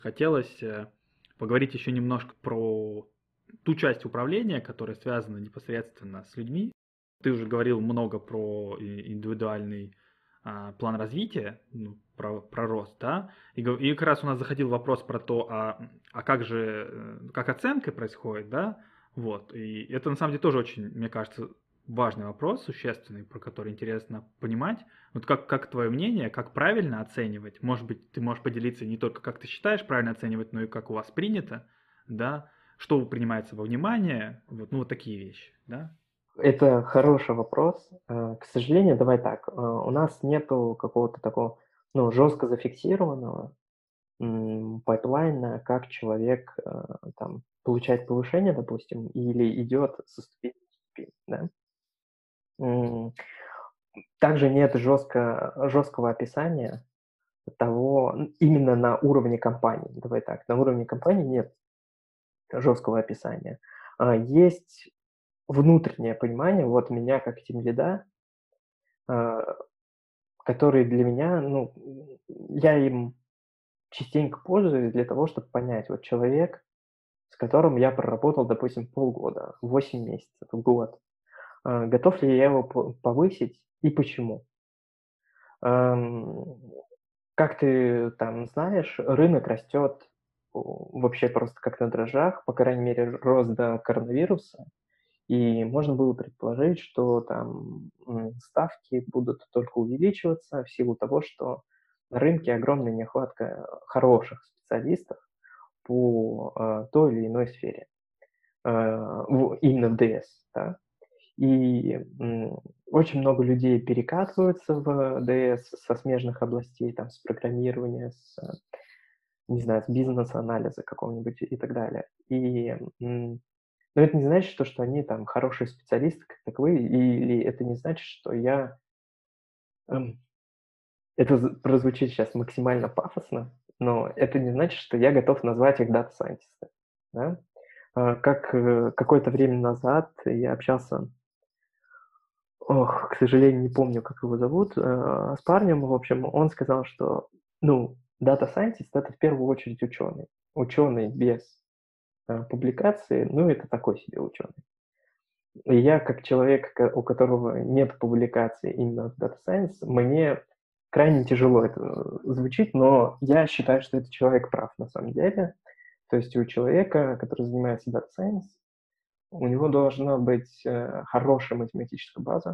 Хотелось поговорить еще немножко про ту часть управления, которая связана непосредственно с людьми. Ты уже говорил много про индивидуальный план развития, ну, про рост, да? И как раз у нас заходил вопрос про то, как же, как оценка происходит, да? Вот. И это на самом деле тоже очень, мне кажется, важный вопрос, существенный, про который интересно понимать. Вот как твое мнение, как правильно оценивать? Может быть, ты можешь поделиться не только как ты считаешь правильно оценивать, но и как у вас принято, да? Что принимается во внимание? Вот, ну, вот такие вещи, да? Это хороший вопрос. К сожалению, давай так, у нас нету какого-то такого, ну, жестко зафиксированного пайплайна, как человек там получает повышение, допустим, или идет со ступени в ступень, да. М, Также нет жесткого описания того, именно на уровне компании. Давай так, на уровне компании нет жесткого описания. Есть внутреннее понимание, вот меня как тимлида, а, который для меня, ну, я им частенько пользуюсь для того, чтобы понять, вот человек, с которым я проработал, допустим, полгода, 8 месяцев, год, готов ли я его повысить и почему? Ам, Как ты там знаешь, рынок растет вообще просто как на дрожжах, по крайней мере, рос до коронавируса, и можно было предположить, что там ставки будут только увеличиваться в силу того, что на рынке огромная нехватка хороших специалистов по той или иной сфере, именно в DS, да. И очень много людей перекатываются в DS со смежных областей, там, с программирования, не знаю, с бизнес-анализа какого-нибудь и так далее. Но это не значит, что они там хорошие специалисты как таковые, или это не значит, что я, эм, это прозвучит сейчас максимально пафосно, но это не значит, что я готов назвать их дата-сайентисты, да. Какое-то время назад я общался, к сожалению, не помню, как его зовут, с парнем, в общем, он сказал, что, ну, дата-сайентист — это в первую очередь ученый. Ученый без, публикации, ну, это такой себе ученый. И я, как человек, у которого нет публикаций именно в Data Science, мне крайне тяжело это звучит, но я считаю, что этот человек прав на самом деле. То есть у человека, который занимается Data Science, у него должна быть хорошая математическая база,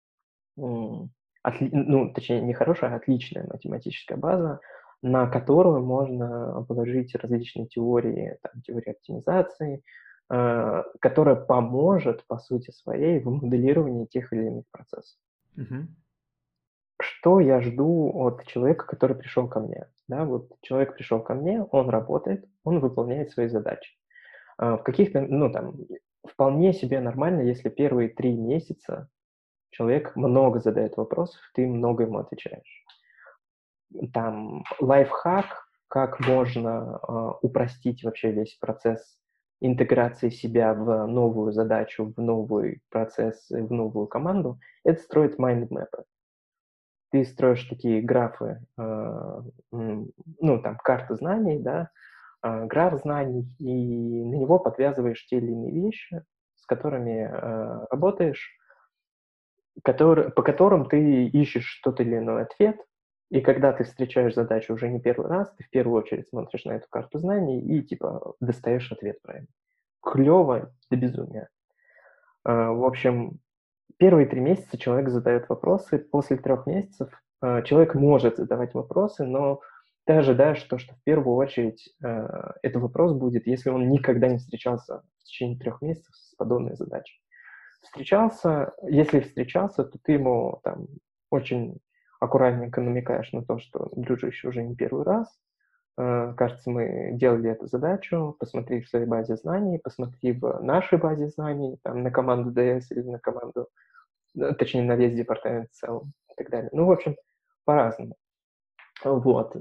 ну, точнее, не хорошая, а отличная математическая база, на которую можно положить различные теории, там, теории оптимизации, которая поможет, по сути своей, в моделировании тех или иных процессов. Мгм. Что я жду от человека, который пришел ко мне? Да, вот человек пришел ко мне, он работает, он выполняет свои задачи. В каких-то, ну, там, вполне себе нормально, если первые 3 месяца человек много задает вопросов, ты много ему отвечаешь. Там лайфхак, как можно упростить вообще весь процесс интеграции себя в новую задачу, в новый процесс, в новую команду, это строить майндмэпы. Ты строишь такие графы, ну, там, карты знаний, да, граф знаний, и на него подвязываешь те или иные вещи, с которыми работаешь, по которым ты ищешь тот или иной ответ, и когда ты встречаешь задачу уже не первый раз, ты в первую очередь смотришь на эту карту знаний и, типа, достаешь ответ правильно. Клево до безумия. В общем, первые 3 месяца человек задает вопросы, после 3 месяцев человек может задавать вопросы, но ты ожидаешь что в первую очередь этот вопрос будет, если он никогда не встречался в течение 3 месяцев с подобной задачей. Если встречался, то ты ему там очень аккуратненько намекаешь на то, что, дружище, уже не первый раз. Кажется, мы делали эту задачу. Посмотри в своей базе знаний, посмотри в нашей базе знаний, там, на команду DS или на команду, точнее, на весь департамент в целом и так далее. Ну, в общем, по-разному. Вот.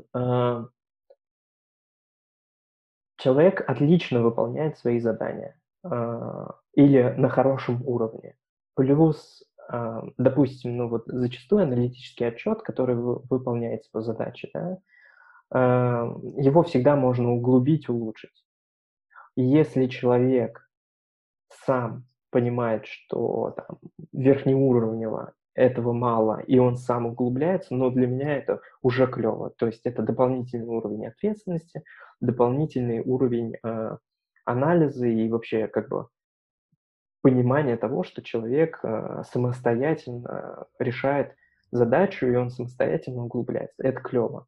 Человек отлично выполняет свои задания, или на хорошем уровне. Плюс, допустим, ну вот зачастую аналитический отчет, который выполняется по задаче, да, его всегда можно углубить, улучшить. И если человек сам понимает, что там верхнеуровнево этого мало, и он сам углубляется, но для меня это уже клево. То есть это дополнительный уровень ответственности, дополнительный уровень анализа и вообще как бы понимания того, что человек самостоятельно решает задачу, и он самостоятельно углубляется. Это клево.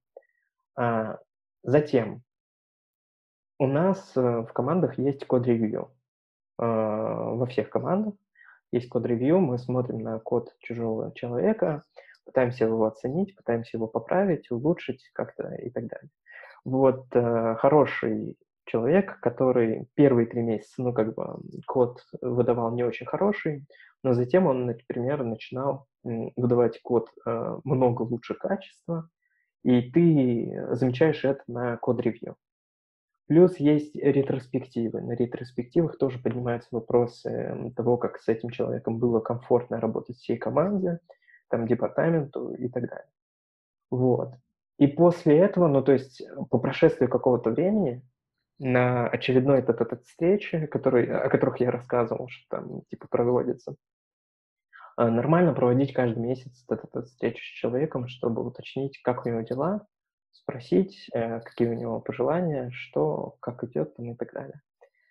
Затем у нас в командах есть код-ревью. Во всех командах есть код-ревью, мы смотрим на код чужого человека, пытаемся его оценить, пытаемся его поправить, улучшить как-то и так далее. Вот хороший человек, который первые 3 месяца, ну, как бы код выдавал не очень хороший, но затем он, например, начинал выдавать код много лучше качества, и ты замечаешь это на код-ревью. Плюс есть ретроспективы. На ретроспективах тоже поднимаются вопросы того, как с этим человеком было комфортно работать всей команде, там, департаменту и так далее. Вот. И после этого, ну, то есть по прошествии какого-то времени на очередной этот встречи, о которых я рассказывал, что там типа проводится, нормально проводить каждый месяц этот встречу с человеком, чтобы уточнить, как у него дела, спросить, какие у него пожелания, что, как идет там и так далее.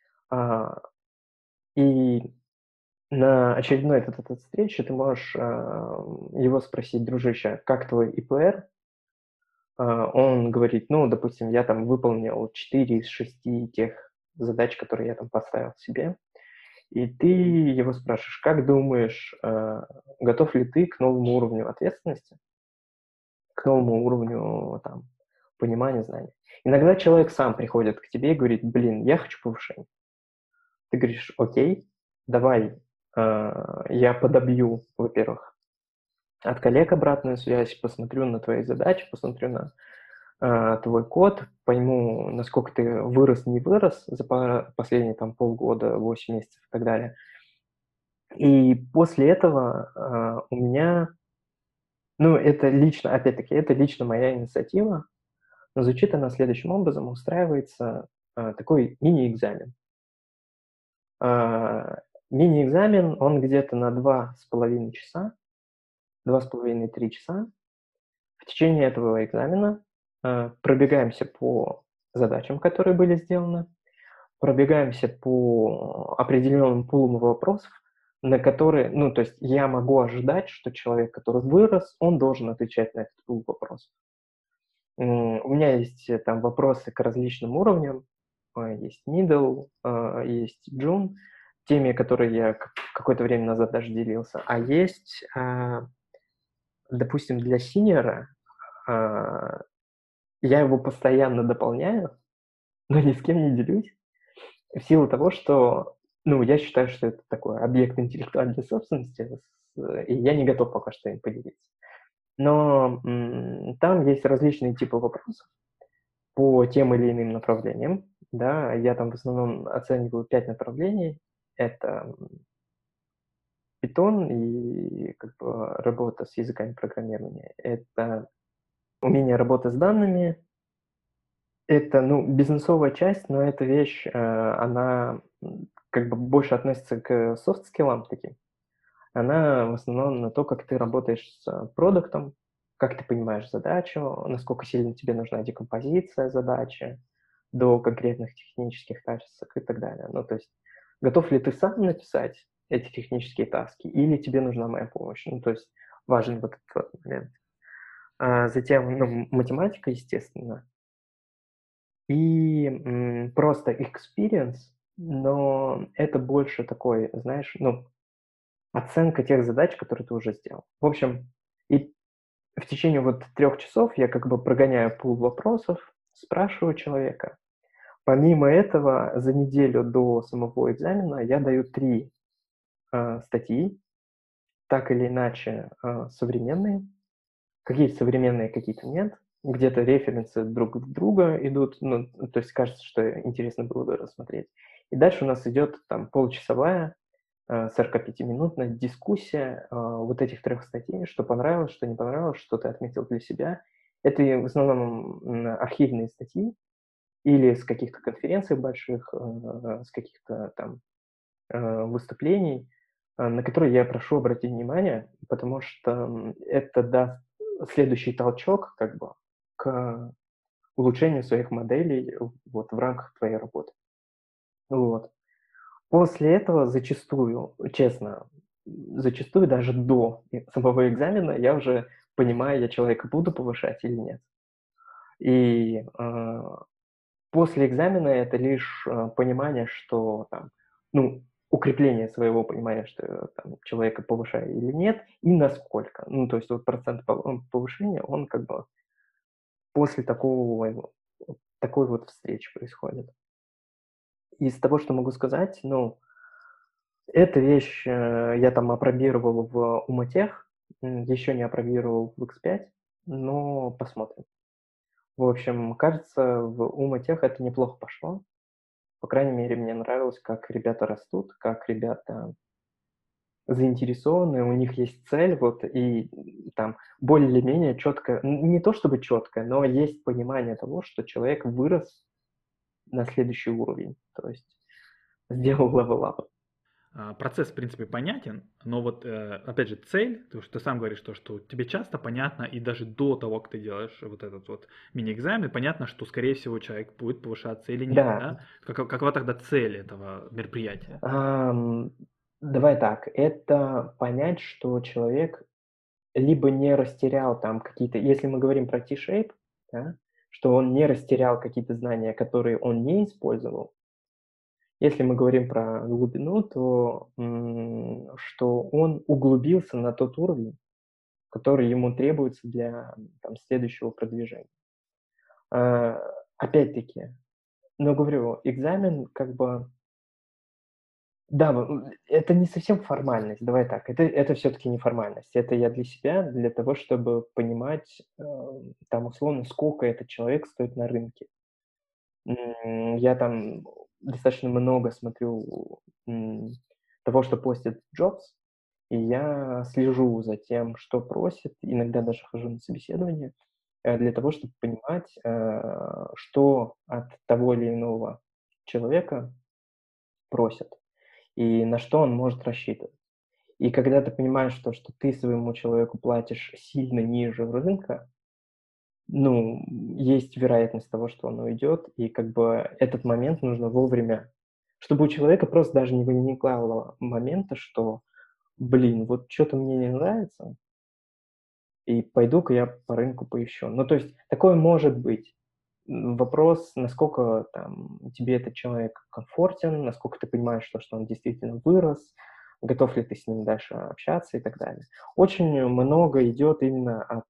И на очередной этот встрече ты можешь его спросить: дружище, как твой ИПР? Он говорит, ну, допустим, я там выполнил 4 из 6 тех задач, которые я там поставил себе. И ты его спрашиваешь, как думаешь, готов ли ты к новому уровню ответственности, к новому уровню там понимания, знаний. Иногда человек сам приходит к тебе и говорит, блин, я хочу повышения. Ты говоришь, окей, давай я подобью, во-первых, от коллег обратную связь, посмотрю на твои задачи, посмотрю на твой код, пойму, насколько ты вырос, не вырос за последние там полгода, 8 месяцев и так далее. И после этого у меня, ну, это лично, опять-таки, это лично моя инициатива, но звучит она следующим образом: устраивается такой мини-экзамен. Мини-экзамен, он где-то на 2,5 часа, 2,5-3 часа. В течение этого экзамена пробегаемся по задачам, которые были сделаны, пробегаемся по определенным пулам вопросов, на которые, ну, то есть я могу ожидать, что человек, который вырос, он должен отвечать на этот пул вопросов. У меня есть там вопросы к различным уровням, есть middle, есть june, теми, которые я какое-то время назад даже делился, а есть, допустим, для синьора я его постоянно дополняю, но ни с кем не делюсь, в силу того, что, ну, я считаю, что это такой объект интеллектуальной собственности, и я не готов пока что им поделиться. Но там есть различные типы вопросов по тем или иным направлениям. Да, я там в основном оцениваю 5 направлений. Это Python и как бы работа с языками программирования. Это умение работать с данными. Это, ну, бизнесовая часть, но эта вещь, она как бы больше относится к софт-скиллам таким. Она в основном на то, как ты работаешь с продуктом, как ты понимаешь задачу, насколько сильно тебе нужна декомпозиция задачи до конкретных технических качеств и так далее. Ну, то есть готов ли ты сам написать эти технические таски, или тебе нужна моя помощь? Ну, то есть важен вот этот вот момент. Затем, ну, математика, естественно, и просто experience, но это больше такой, знаешь, ну, оценка тех задач, которые ты уже сделал. В общем, и в течение вот 3 часов я как бы прогоняю пул вопросов, спрашиваю человека. Помимо этого, за неделю до самого экзамена я даю 3 статьи, так или иначе современные. Какие-то современные, какие-то нет. Где-то референсы друг в друга идут, ну, то есть кажется, что интересно было бы рассмотреть. И дальше у нас идет там получасовая, 45-минутная дискуссия вот этих 3 статей, что понравилось, что не понравилось, что ты отметил для себя. Это в основном архивные статьи или с каких-то конференций больших, с каких-то там выступлений, на которые я прошу обратить внимание, потому что это даст следующий толчок как бы к улучшению своих моделей вот в рамках твоей работы. Вот. После этого зачастую, честно, зачастую даже до самого экзамена я уже понимаю, я человека буду повышать или нет. И после экзамена это лишь понимание, что там, ну, укрепление своего понимания, что там, человека повышаю или нет, и насколько. Ну, то есть вот процент повышения, он как бы после такой вот встречи происходит. Из того, что могу сказать, ну, эта вещь я там опробировал в Умотех, еще не опробировал в X5, но посмотрим. В общем, кажется, в Умотех это неплохо пошло. По крайней мере, мне нравилось, как ребята растут, как ребята заинтересованы, у них есть цель, вот, и там более-менее четко, не то чтобы четко, но есть понимание того, что человек вырос на следующий уровень, то есть сделал левел-ап. Процесс, в принципе, понятен, но вот, опять же, цель, потому что ты сам говоришь, что тебе часто понятно, и даже до того, как ты делаешь вот этот вот мини-экзамен, понятно, что, скорее всего, человек будет повышаться или нет, Да, да? Какова тогда цель этого мероприятия? давай так, это понять, что человек либо не растерял там какие-то, если мы говорим про T-shape, да, что он не растерял какие-то знания, которые он не использовал. Если мы говорим про глубину, то что он углубился на тот уровень, который ему требуется для там, следующего продвижения. А, Опять-таки, но говорю, экзамен как бы да, это не совсем формальность, давай так, это все-таки не формальность. Это я для себя, для того, чтобы понимать, там, условно, сколько этот человек стоит на рынке. Я там достаточно много смотрю того, что постит Jobs, и я слежу за тем, что просит, иногда даже хожу на собеседование, для того, чтобы понимать, что от того или иного человека просят и на что он может рассчитывать. И когда ты понимаешь что ты своему человеку платишь сильно ниже рынка, ну, есть вероятность того, что он уйдет, и как бы этот момент нужно вовремя, чтобы у человека просто даже не возникало момента, что, блин, вот что-то мне не нравится, и пойду-ка я по рынку поищу. Ну, то есть такое может быть. Вопрос, насколько там тебе этот человек комфортен, насколько ты понимаешь, что он действительно вырос, готов ли ты с ним дальше общаться и так далее. Очень много идет именно от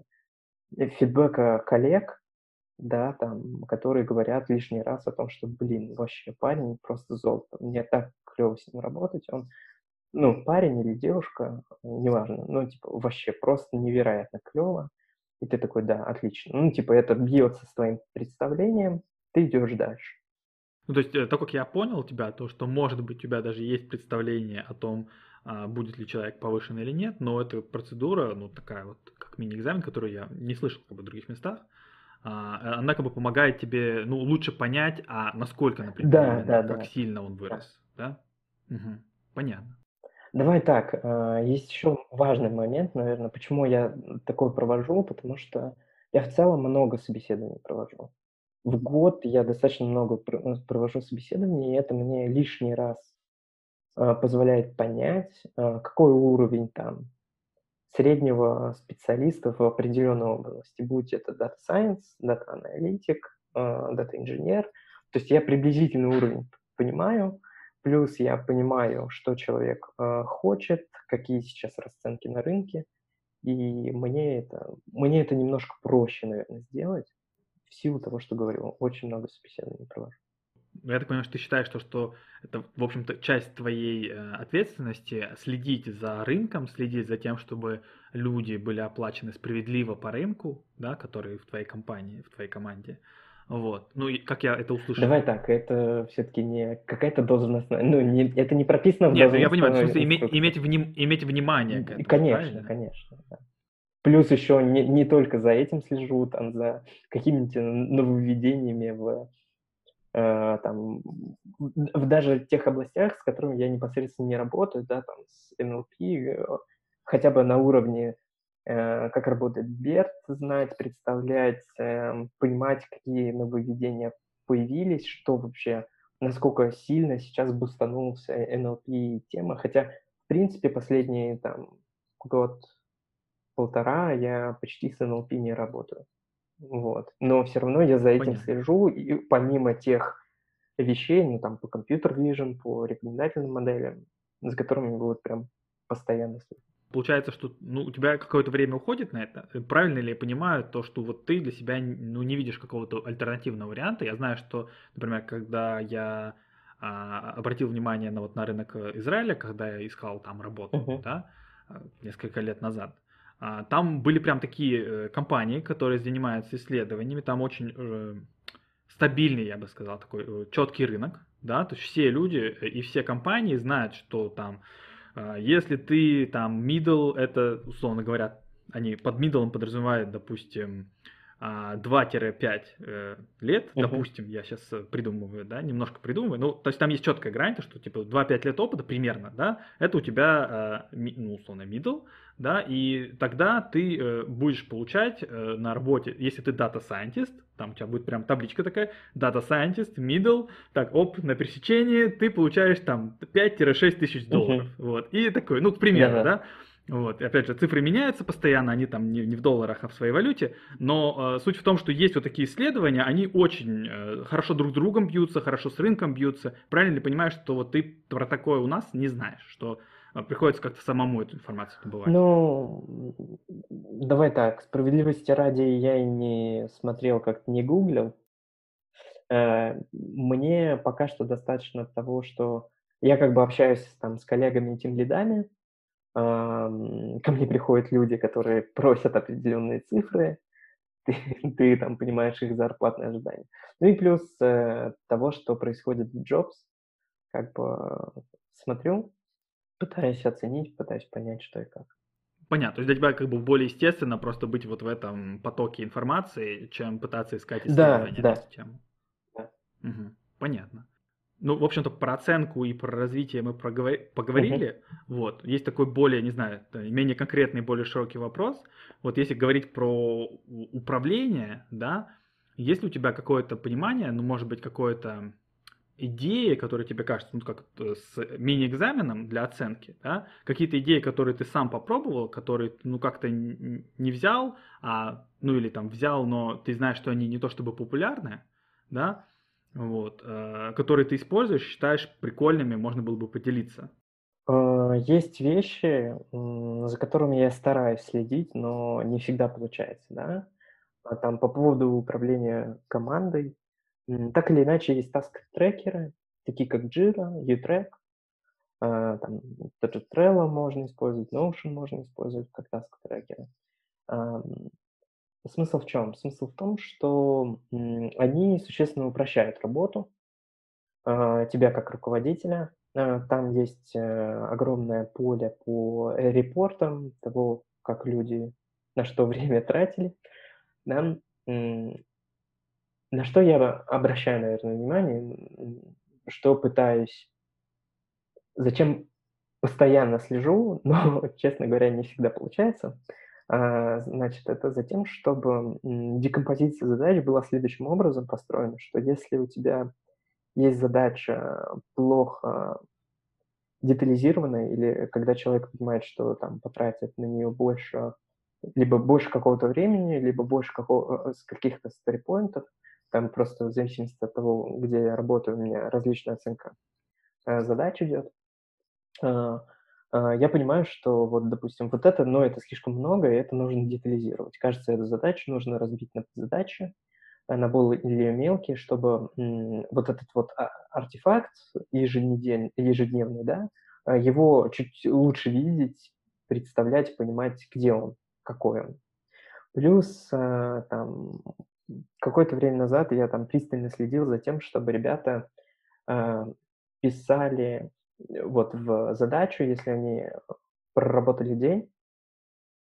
фидбэка коллег, да, там, которые говорят лишний раз о том, что, блин, вообще парень просто золото, мне так клево с ним работать, он, ну, парень или девушка, неважно, ну, типа, вообще просто невероятно клево, и ты такой, да, отлично, ну, типа, это бьется с твоим представлением, ты идешь дальше. Ну, то есть, то, как я понял тебя, то, что, может быть, у тебя даже есть представление о том, будет ли человек повышен или нет, но эта процедура, ну, такая вот, как мини-экзамен, которую я не слышал как бы, в других местах, она как бы помогает тебе, ну, лучше понять, насколько, например, Да, именно, да, как да, сильно он да. вырос, да? Мгм. Понятно. Давай так, есть еще важный момент, наверное, почему я такое провожу, потому что я в целом много собеседований провожу. В год я достаточно много провожу собеседований, и это мне лишний раз позволяет понять, какой уровень там среднего специалиста в определенной области, будь это Data Science, Data Analytic, Data Engineer. То есть я приблизительный уровень понимаю, плюс я понимаю, что человек хочет, какие сейчас расценки на рынке, и мне это немножко проще, наверное, сделать в силу того, что говорю, очень много собеседований провожу. Я так понимаю, что ты считаешь, что это, в общем-то, часть твоей ответственности следить за рынком, следить за тем, чтобы люди были оплачены справедливо по рынку, да, которые в твоей компании, в твоей команде. Вот. Ну и как я это услышал. Давай так, это все-таки не какая-то должностная, ну, это не прописано в Нет, ну я понимаю, в должностной смысле инструкции. иметь внимание к этому, Конечно, правильно? конечно, да. Плюс еще не только за этим слежу, там за какими-нибудь нововведениями там, даже тех областях, с которыми я непосредственно не работаю, да, там, с NLP, хотя бы на уровне, как работает BERT, знать, представлять, понимать, какие нововведения появились, что вообще, насколько сильно сейчас бустанулся NLP-тема, хотя, в принципе, последние, там, год-полтора я почти с NLP не работаю. Вот. Но все равно я за этим Понятно. слежу, и помимо тех вещей, ну, там, по компьютер vision, по рекомендательным моделям, за которыми вот прям постоянно слежу. Получается, что ну, у тебя какое-то время уходит на это. Правильно ли я понимаю то, что вот ты для себя ну, не видишь какого-то альтернативного варианта? Я знаю, что, например, когда я обратил внимание на, вот, на рынок Израиля, когда я искал там работу, Мгм. да, несколько лет назад, там были прям такие компании, которые занимаются исследованиями, там очень стабильный, я бы сказал, такой четкий рынок, да, то есть все люди и все компании знают, что там если ты там middle, это, условно говоря, они под middle подразумевают, допустим, 2-5 лет, Мгм. допустим, я сейчас придумываю, да, немножко придумываю, ну, то есть там есть четкая грань, то, что типа 2-5 лет опыта примерно, да, это у тебя, ну, условно, middle, да, и тогда ты будешь получать на работе, если ты data scientist, там у тебя будет прям табличка такая, data scientist, middle, так, оп, на пересечении ты получаешь там 5-6 тысяч долларов, Мгм. вот, и такой, ну, к примеру, Да-да. да, вот, и опять же, цифры меняются постоянно, они там не в долларах, а в своей валюте, но суть в том, что есть вот такие исследования, они очень хорошо друг с другом бьются, хорошо с рынком бьются. Правильно ли понимаешь, что вот ты про такое у нас не знаешь, что приходится как-то самому эту информацию добывать? Ну, давай так, справедливости ради, я и не смотрел, как-то не гуглил. Мне пока что достаточно того, что я как бы общаюсь там с коллегами и тимлидами, ко мне приходят люди, которые просят определенные цифры, ты ты там понимаешь их зарплатные ожидания. Ну и плюс, того, что происходит в Jobs, как бы смотрю, пытаюсь оценить, пытаюсь понять, что и как. Понятно. То есть для тебя как бы более естественно просто быть вот в этом потоке информации, чем пытаться искать Да, исследования на да, эту тему. да. Мгм. Понятно. Ну, в общем-то, про оценку и про развитие мы Мгм, поговорили. Вот. Есть такой более, не знаю, менее конкретный, более широкий вопрос. Вот если говорить про управление, да, есть ли у тебя какое-то понимание, ну, может быть, какое-то идеи, которые тебе кажутся, ну, как с мини-экзаменом для оценки, да, какие-то идеи, которые ты сам попробовал, которые, ну, как-то не взял, ну, или там взял, но ты знаешь, что они не то чтобы популярны, да, вот, которые ты используешь, считаешь прикольными, можно было бы поделиться. Есть вещи, за которыми я стараюсь следить, но не всегда получается, да. Там по поводу управления командой, так или иначе есть таск-трекеры, такие как Jira, U-Track, там тот же Trello можно использовать, Notion можно использовать как таск-трекеры. Ам, Смысл в чем? Смысл в том, что, они существенно упрощают работу, тебя как руководителя. Там есть, огромное поле по, репортам того, как люди на что время тратили, да. М, на что я обращаю, наверное, внимание, что пытаюсь зачем постоянно слежу, но, честно говоря, не всегда получается. Значит, это за тем, чтобы, декомпозиция задач была следующим образом построена, что если у тебя есть задача плохо детализированная или когда человек понимает, что там потратит на нее больше, либо больше какого-то времени, либо больше с каких-то сторипоинтов, там просто в зависимости от того, где я работаю, у меня различная оценка, задач идет. А, я понимаю, что вот, допустим, вот это, но это слишком много, и это нужно детализировать. Кажется, эту задачу нужно разбить на задачи, на более мелкие, чтобы, вот этот вот артефакт ежедневный, да, его чуть лучше видеть, представлять, понимать, где он, какой он. Плюс, там, какое-то время назад я там пристально следил за тем, чтобы ребята, а, писали, вот в задачу, если они проработали день,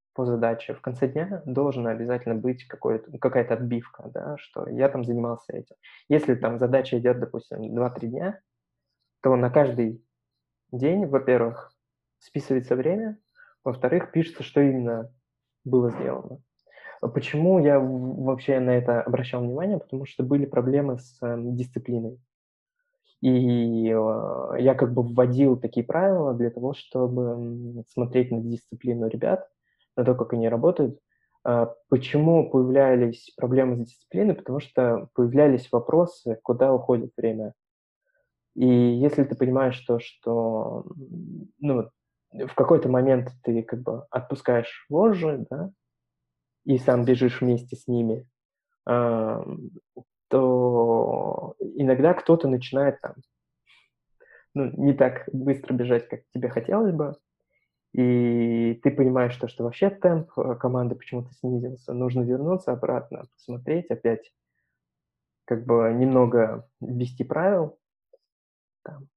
по задаче, в конце дня должна обязательно быть какая-то отбивка, да, что я там занимался этим. Если там задача идет, допустим, 2-3 дня, то на каждый день, во-первых, списывается время, во-вторых, пишется, что именно было сделано. Почему я вообще на это обращал внимание? Потому что были проблемы с дисциплиной. И я как бы вводил такие правила для того, чтобы смотреть на дисциплину ребят, на то, как они работают. Почему появлялись проблемы с дисциплиной? Потому что появлялись вопросы, куда уходит время. И если ты понимаешь то, что ну, в какой-то момент ты как бы отпускаешь вожжи, да, и сам бежишь вместе с ними, ам, то иногда кто-то начинает там, ну, не так быстро бежать, как тебе хотелось бы, и ты понимаешь то, что вообще темп команды почему-то снизился. Нужно вернуться обратно, посмотреть опять, как бы немного ввести правил, там,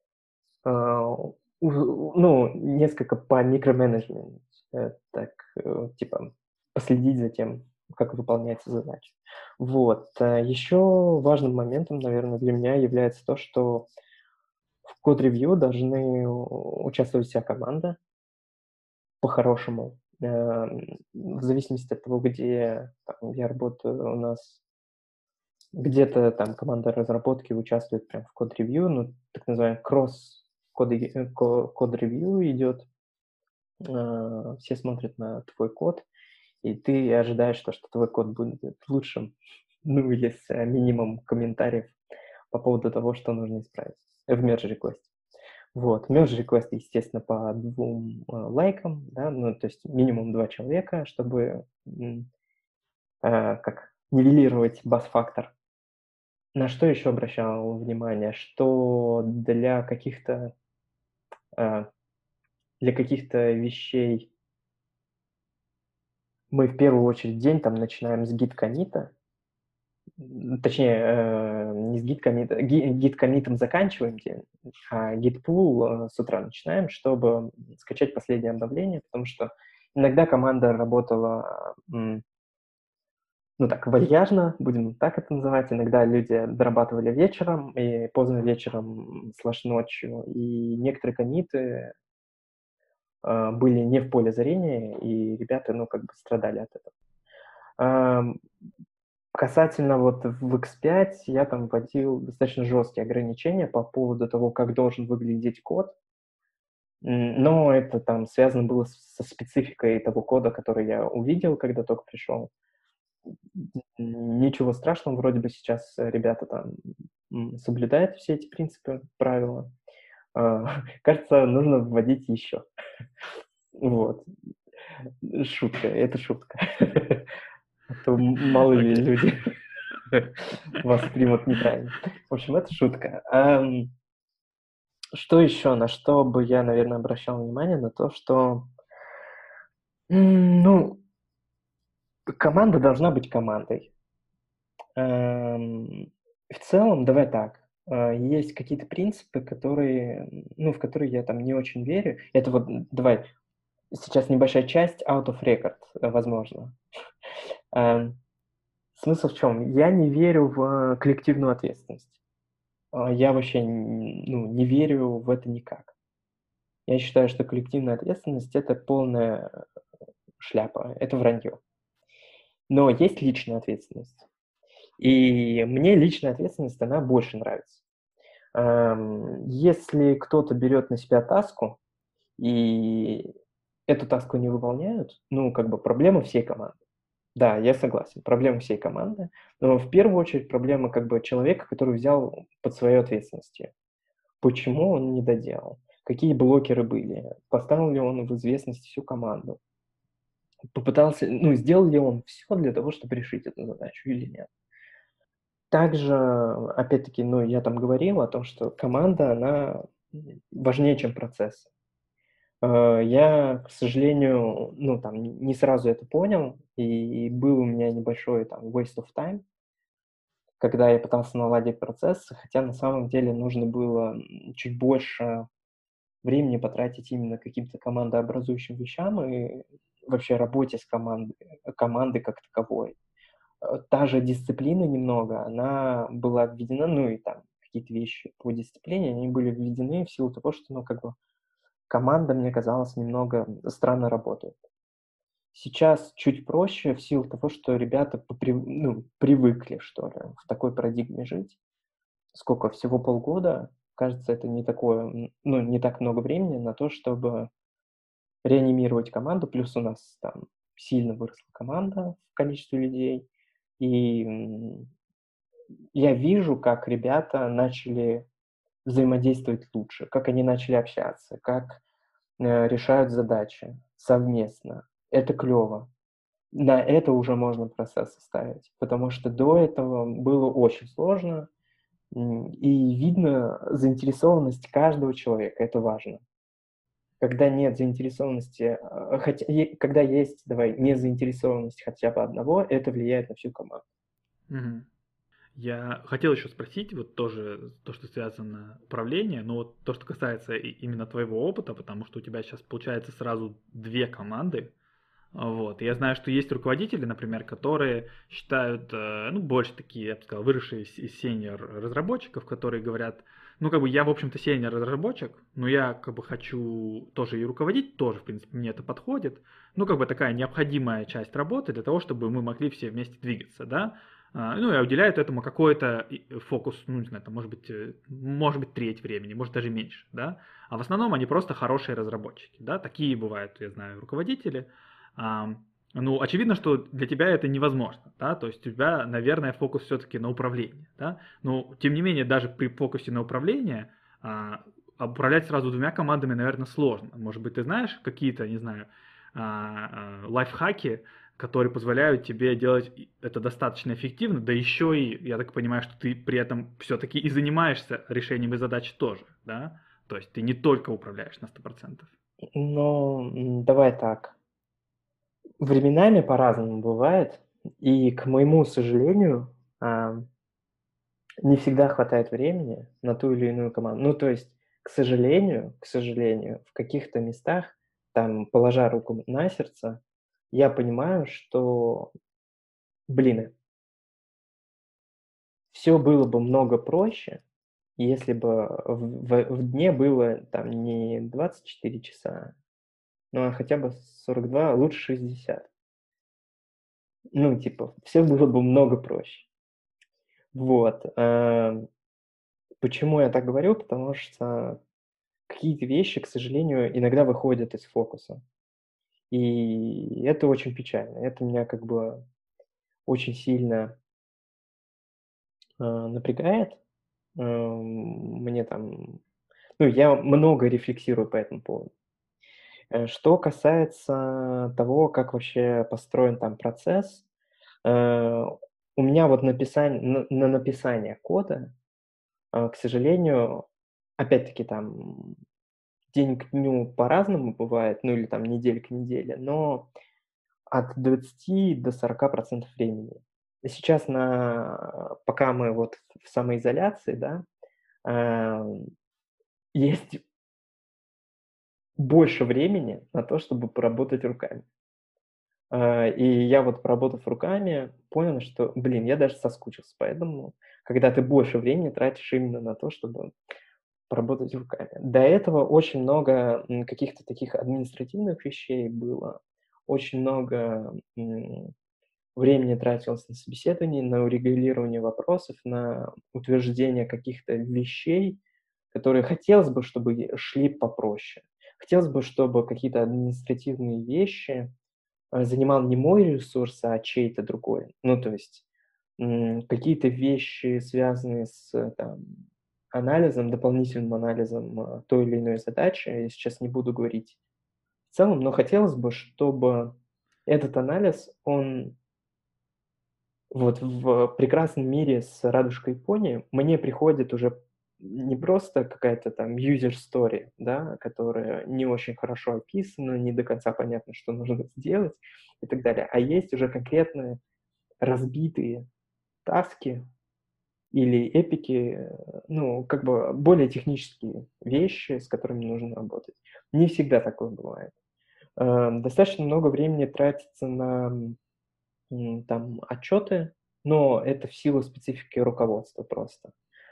ну, несколько по микроменеджменту, так, типа, последить за тем, как выполняется задача. Вот. Еще важным моментом, наверное, для меня является то, что в код-ревью должны участвовать вся команда по-хорошему. В зависимости от того, где там, я работаю, у нас где-то там команда разработки участвует прям в код-ревью, ну, так называемый код-ревью идет. Все смотрят на твой код, и ты ожидаешь, что твой код будет лучшим, ну, или с минимум комментариев по поводу того, что нужно исправить в merge request. Вот, merge request, естественно, по 2 лайкам, да, ну, то есть минимум 2 человека, чтобы как нивелировать бас-фактор. На что еще обращал внимание, что э, для каких-то вещей мы в первую очередь день там начинаем с гид-коммита, точнее, не с гид-коммита, гид-коммитом заканчиваем день, а гид-пул с утра начинаем, чтобы скачать последнее обновление, потому что иногда команда работала, ну так, вальяжно, будем так это называть. Иногда люди дорабатывали вечером, и поздно вечером, ночью, и некоторые коммиты были не в поле зрения, и ребята, ну, как бы страдали от этого. Касательно вот в X5 я там вводил достаточно жесткие ограничения по поводу того, как должен выглядеть код, но это там связано было со спецификой того кода, который я увидел, когда только пришел. Ничего страшного, вроде бы сейчас ребята там соблюдают все эти принципы, правила. Кажется, нужно вводить еще. Вот. Шутка, это шутка. А то мало ли Окей. люди вас примут неправильно. В общем, это шутка. Что еще? На что бы я, наверное, обращал внимание? На то, что, ну, команда должна быть командой. В целом, давай так, есть какие-то принципы, ну, в которые я там не очень верю. Это вот, давай, сейчас небольшая часть out of record, возможно. Смысл в чем? Я не верю в коллективную ответственность. Я вообще ну, не верю в это никак. Я считаю, что коллективная ответственность – это полная шляпа, это вранье. Но есть личная ответственность. И мне личная ответственность, она больше нравится. Если кто-то берет на себя таску, и эту таску не выполняют, ну, как бы проблема всей команды. Да, я согласен, проблема всей команды, но в первую очередь проблема как бы человека, который взял под свою ответственность. Почему он не доделал? Какие блокеры были? Поставил ли он в известность всю команду? Попытался, ну, сделал ли он все для того, чтобы решить эту задачу или нет? Также, опять-таки, ну, я там говорил о том, что команда, она важнее, чем процесс. Я, к сожалению, ну, там, не сразу это понял, и был у меня небольшой там waste of time, когда я пытался наладить процесс, хотя на самом деле нужно было чуть больше времени потратить именно каким-то командообразующим вещам, и вообще работе с командой как таковой. Та же дисциплина немного, она была введена, ну и там какие-то вещи по дисциплине, они были введены в силу того, что, ну, как бы команда, мне казалось, немного странно работает. Сейчас чуть проще в силу того, что ребята привыкли, что ли, в такой парадигме жить. Сколько? Всего полгода. Кажется, это не такое, ну, не так много времени на то, чтобы реанимировать команду. Плюс у нас там сильно выросла команда в количестве людей. И я вижу, как ребята начали взаимодействовать лучше, как они начали общаться, как решают задачи совместно. Это клево. На это уже можно процессы ставить, потому что до этого было очень сложно, и видно заинтересованность каждого человека, это важно. Когда нет заинтересованности, когда есть, давай, незаинтересованность хотя бы одного, это влияет на всю команду. Мгм. Я хотел еще спросить, вот тоже то, что связано управление, но вот то, что касается именно твоего опыта, потому что у тебя сейчас получается сразу две команды. Вот. Я знаю, что есть руководители, например, которые считают, ну, больше такие, я бы сказал, выросшие из сеньор-разработчиков, которые говорят, ну, как бы я, в общем-то, сеньор-разработчик, но я, как бы, хочу тоже и руководить, тоже, в принципе, мне это подходит. Ну, как бы, такая необходимая часть работы для того, чтобы мы могли все вместе двигаться, да. Ну, я уделяю этому какой-то фокус, ну, не знаю, там, может быть, треть времени, может, даже меньше, да. А в основном они просто хорошие разработчики, да. Такие бывают, я знаю, руководители. Ну, очевидно, что для тебя это невозможно, да, то есть у тебя, наверное, фокус все-таки на управлении, да, но тем не менее даже при фокусе на управление управлять сразу двумя командами, наверное, сложно. Может быть, ты знаешь какие-то, не знаю, лайфхаки, которые позволяют тебе делать это достаточно эффективно, да еще и, я так понимаю, что ты при этом все-таки и занимаешься решениями задач тоже, да, то есть ты не только управляешь на 100%. Но давай так. Временами по-разному бывает, и, к моему сожалению, не всегда хватает времени на ту или иную команду. Ну, то есть, к сожалению, в каких-то местах, там, положа руку на сердце, я понимаю, что, блин, все было бы много проще, если бы в дне было там не 24 часа, ну, а хотя бы 42, а лучше 60. Ну, типа, все было бы много проще. Вот. Почему я так говорю? Потому что какие-то вещи, к сожалению, иногда выходят из фокуса. И это очень печально. Это меня как бы очень сильно напрягает. Мне там... Ну, я много рефлексирую по этому поводу. Что касается того, как вообще построен там процесс, у меня вот на написание кода, к сожалению, опять-таки там день к дню по-разному бывает, ну или там неделя к неделе, но от 20 до 40% времени. И сейчас пока мы вот в самоизоляции, да, есть больше времени на то, чтобы поработать руками. И я вот, поработав руками, понял, что, блин, я даже соскучился. Поэтому, когда ты больше времени тратишь именно на то, чтобы поработать руками. До этого очень много каких-то таких административных вещей было, очень много времени тратилось на собеседование, на урегулирование вопросов, на утверждение каких-то вещей, которые хотелось бы, чтобы шли попроще. Хотелось бы, чтобы какие-то административные вещи занимал не мой ресурс, а чей-то другой. Ну, то есть какие-то вещи, связанные с там, анализом, дополнительным анализом той или иной задачи, я сейчас не буду говорить в целом, но хотелось бы, чтобы этот анализ, он вот в прекрасном мире с радужкой пони мне приходит уже не просто какая-то там user story, да, которая не очень хорошо описана, не до конца понятно, что нужно сделать и так далее, а есть уже конкретные разбитые таски или эпики, ну, как бы более технические вещи, с которыми нужно работать. Не всегда такое бывает. Достаточно много времени тратится на там отчеты, но это в силу специфики руководства просто.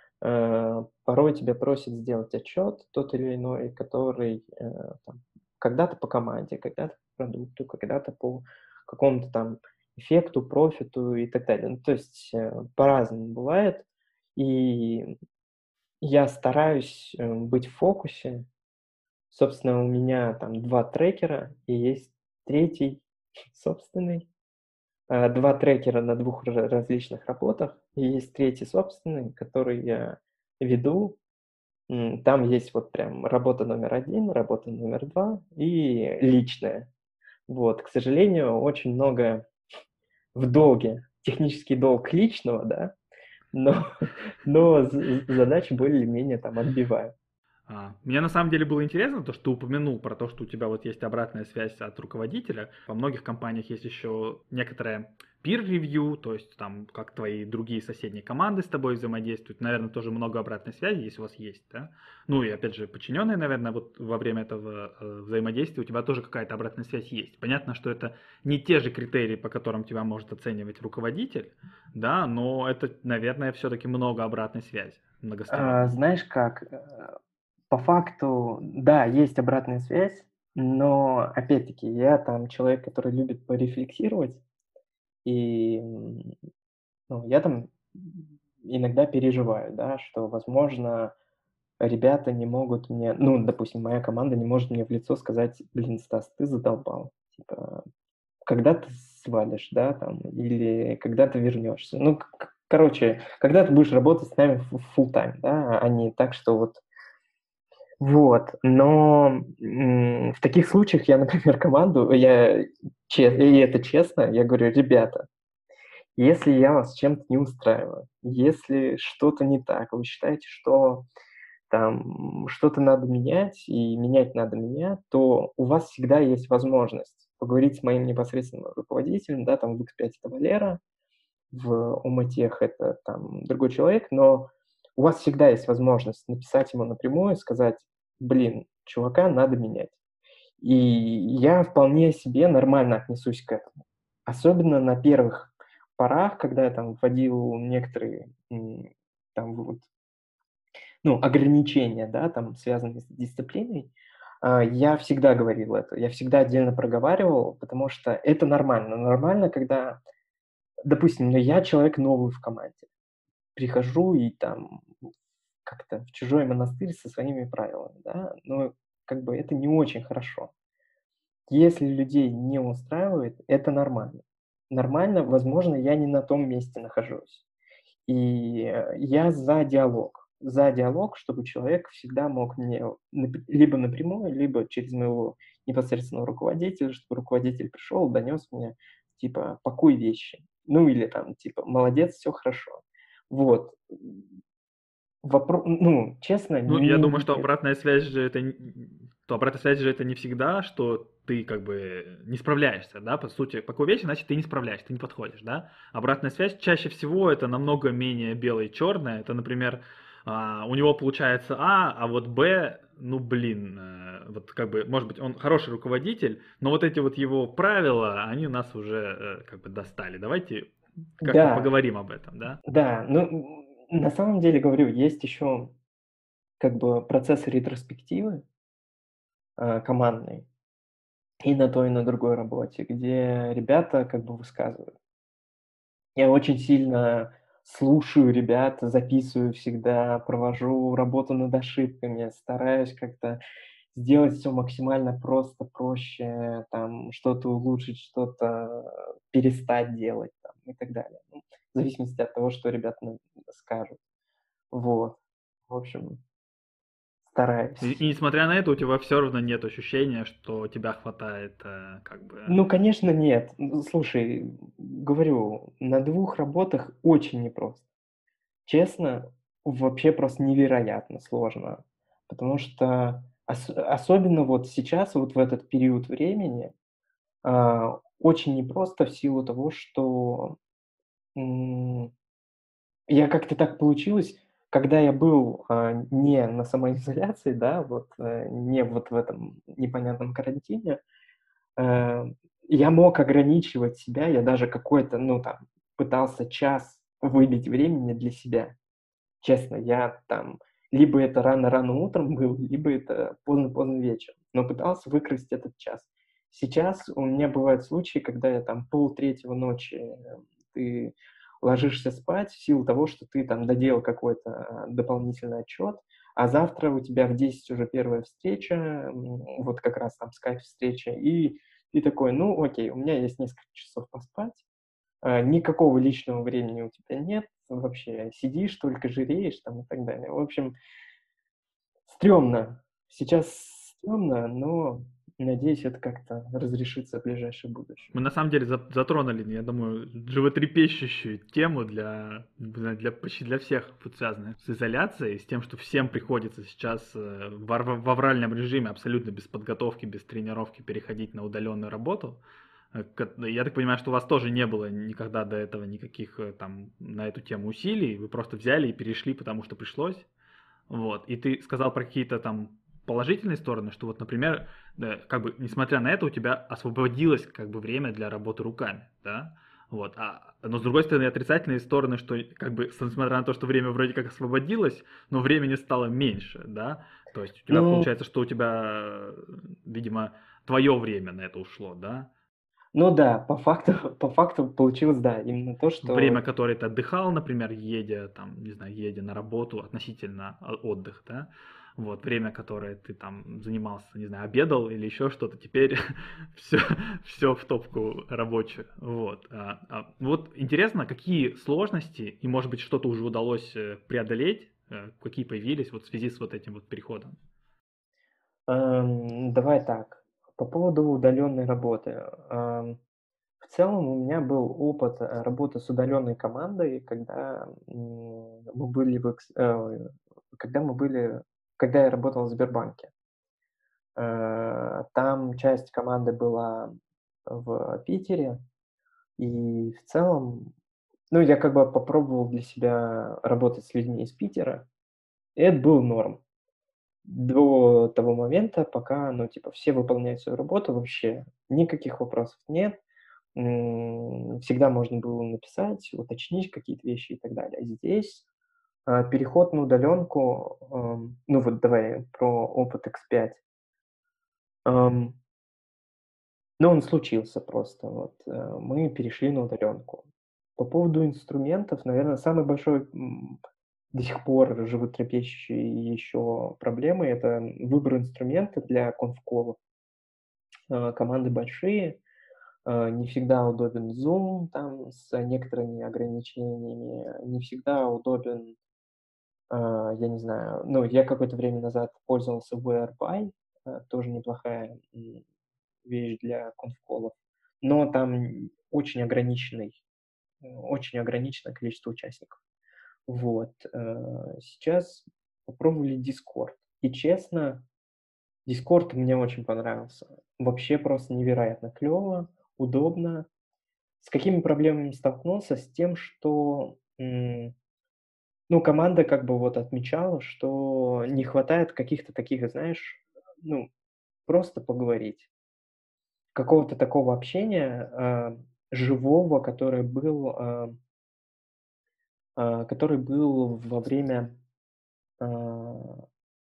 Порой тебя просят сделать отчет тот или иной, который там, когда-то по команде, когда-то по продукту, когда-то по какому-то там эффекту, профиту и так далее. Ну, то есть по-разному бывает. И я стараюсь быть в фокусе. Собственно, у меня там 2 трекера и есть третий собственный. 2 трекера на 2 различных работах, и есть третий собственный, который я веду. Там есть вот прям работа номер один, работа номер 2 и личная. Вот, к сожалению, очень много в долге, технический долг личного, да, но но задачи более-менее там отбиваю. Мне на самом деле было интересно то, что ты упомянул про то, что у тебя вот есть обратная связь от руководителя. Во многих компаниях есть еще некоторая peer review, то есть там как твои другие соседние команды с тобой взаимодействуют. Наверное, тоже много обратной связи, если у вас есть, да? Ну и опять же, подчиненные, наверное, вот во время этого взаимодействия у тебя тоже какая-то обратная связь есть. Понятно, что это не те же критерии, по которым тебя может оценивать руководитель, да, но это, наверное, все-таки много обратной связи многосторонней. Знаешь как, по факту, да, есть обратная связь, но опять-таки я там человек, который любит порефлексировать, и, ну, я там иногда переживаю, да, что, возможно, ребята не могут мне, ну, допустим, моя команда не может мне в лицо сказать: "Блин, Стас, ты задолбал". Типа, когда ты свалишь, да, там, или когда ты вернешься. Ну, короче, когда ты будешь работать с нами full time, да, а не так, что вот. Но, в таких случаях я, например, команду, и это честно, я говорю: "Ребята, если я вас чем-то не устраиваю, если что-то не так, вы считаете, что там что-то надо менять, и менять надо меня, то у вас всегда есть возможность поговорить с моим непосредственным руководителем, да, там в X5 это Валера, в Уматех это там другой человек, но у вас всегда есть возможность написать ему напрямую и сказать: "Блин, чувака надо менять". И я вполне себе нормально отнесусь к этому. Особенно на первых порах, когда я там вводил некоторые, там вот, ну, ограничения, да, там, связанные с дисциплиной, я всегда говорил это. Я всегда отдельно проговаривал, потому что это нормально. Нормально, когда, допустим, ну, я человек новый в команде. Прихожу и там как-то в чужой монастырь со своими правилами, да, но как бы это не очень хорошо. Если людей не устраивает, это нормально. Нормально, возможно, я не на том месте нахожусь. И я за диалог, чтобы человек всегда мог мне либо напрямую, либо через моего непосредственного руководителя, чтобы руководитель пришел, донес мне, типа, пакуй вещи. Ну или там, типа, молодец, все хорошо. Вот. Ну, честно, Ну, я думаю, не... что обратная связь же это, то обратная связь же это не всегда, что ты как бы не справляешься, да, по сути, по какой вещи, значит, ты не справляешься, ты не подходишь, да. Обратная связь чаще всего это намного менее белое и черное. Это, например, у него получается а вот Б, ну, блин, вот как бы, может быть, он хороший руководитель, но вот эти вот его правила, они нас уже как бы достали. Давайте как-то Да, поговорим об этом, да. да, ну, на самом деле, говорю, есть еще как бы процесс ретроспективы командной и на той, и на другой работе, где ребята как бы высказывают. Я очень сильно слушаю ребят, записываю всегда, провожу работу над ошибками, стараюсь как-то сделать все максимально просто, проще, там что-то улучшить, что-то перестать делать там и так далее. Ну, в зависимости от того, что ребята скажут. Вот. В общем, стараюсь. И несмотря на это, у тебя все равно нет ощущения, что тебя хватает, как бы. Ну, конечно, нет. Слушай, говорю, на 2 работах очень непросто. Честно, вообще просто невероятно сложно, потому что особенно вот сейчас, вот в этот период времени, очень непросто в силу того, что, м, я как-то так получилось, когда я был, не на самоизоляции, да, вот, не вот в этом непонятном карантине, Э, я мог ограничивать себя, я даже какой-то, ну, там, пытался час выбить времени для себя. Честно, я там либо это рано-рано утром был, либо это поздно-поздно вечером, но пытался выкрасть этот час. Сейчас у меня бывают случаи, когда я там полтретьего ночи, ты ложишься спать в силу того, что ты там доделал какой-то дополнительный отчет, а завтра у тебя в 10 уже первая встреча, вот как раз там скайп-встреча, и ты такой, ну окей, у меня есть несколько часов поспать, никакого личного времени у тебя нет, вообще сидишь, только жиреешь там и так далее. В общем, стрёмно. Сейчас стрёмно, но надеюсь, это как-то разрешится в ближайшее будущее. Мы на самом деле затронули, я думаю, животрепещущую тему не знаю, почти для всех, вот связанную с изоляцией, с тем, что всем приходится сейчас в авральном режиме, абсолютно без подготовки, без тренировки переходить на удаленную работу. Я так понимаю, что у вас тоже не было никогда до этого никаких там на эту тему усилий, вы просто взяли и перешли, потому что пришлось. Вот. И ты сказал про какие-то там положительные стороны, что вот, например, да, как бы, несмотря на это, у тебя освободилось как бы время для работы руками, да, вот, но с другой стороны, отрицательные стороны, что как бы, несмотря на то, что время вроде как освободилось, но времени стало меньше, да, то есть у тебя Ну, получается, что у тебя, видимо, твое время на это ушло, да, ну да, по факту получилось, да, именно то, что время, которое ты отдыхал, например, едя, там, не знаю, едя на работу, относительно отдых, да, вот, время, которое ты там занимался, не знаю, обедал или еще что-то, теперь все, все в топку рабочую, вот. Вот интересно, какие сложности, и, может быть, что-то уже удалось преодолеть, какие появились вот в связи с вот этим вот переходом? давай так, по поводу удаленной работы. В целом у меня был опыт работы с удаленной командой, когда мы были когда мы были, когда я работал в Сбербанке. Там часть команды была в Питере, и в целом, ну, я как бы попробовал для себя работать с людьми из Питера, и это был норм. До того момента, пока, ну, типа, все выполняют свою работу, вообще никаких вопросов нет. Всегда можно было написать, уточнить какие-то вещи и так далее. Здесь, переход на удаленку, ну, вот давай про опыт X5. Ам, ну, он случился просто. Вот, мы перешли на удаленку. По поводу инструментов, наверное, самый большой, до сих пор животрепещущей еще проблемой — это выбор инструмента для конф-колов. Команды большие, не всегда удобен Zoom там с некоторыми ограничениями, не всегда удобен, я не знаю, ну, я какое-то время назад пользовался Whereby, тоже неплохая, вещь для конф-колов, но там очень ограниченное количество участников. Вот, сейчас попробовали Discord. И честно, Discord мне очень понравился. Вообще просто невероятно клево, удобно. С какими проблемами столкнулся? С тем, что, ну, команда как бы вот отмечала, что не хватает каких-то таких, знаешь, ну, просто поговорить. Какого-то такого общения, живого, который был во время, а,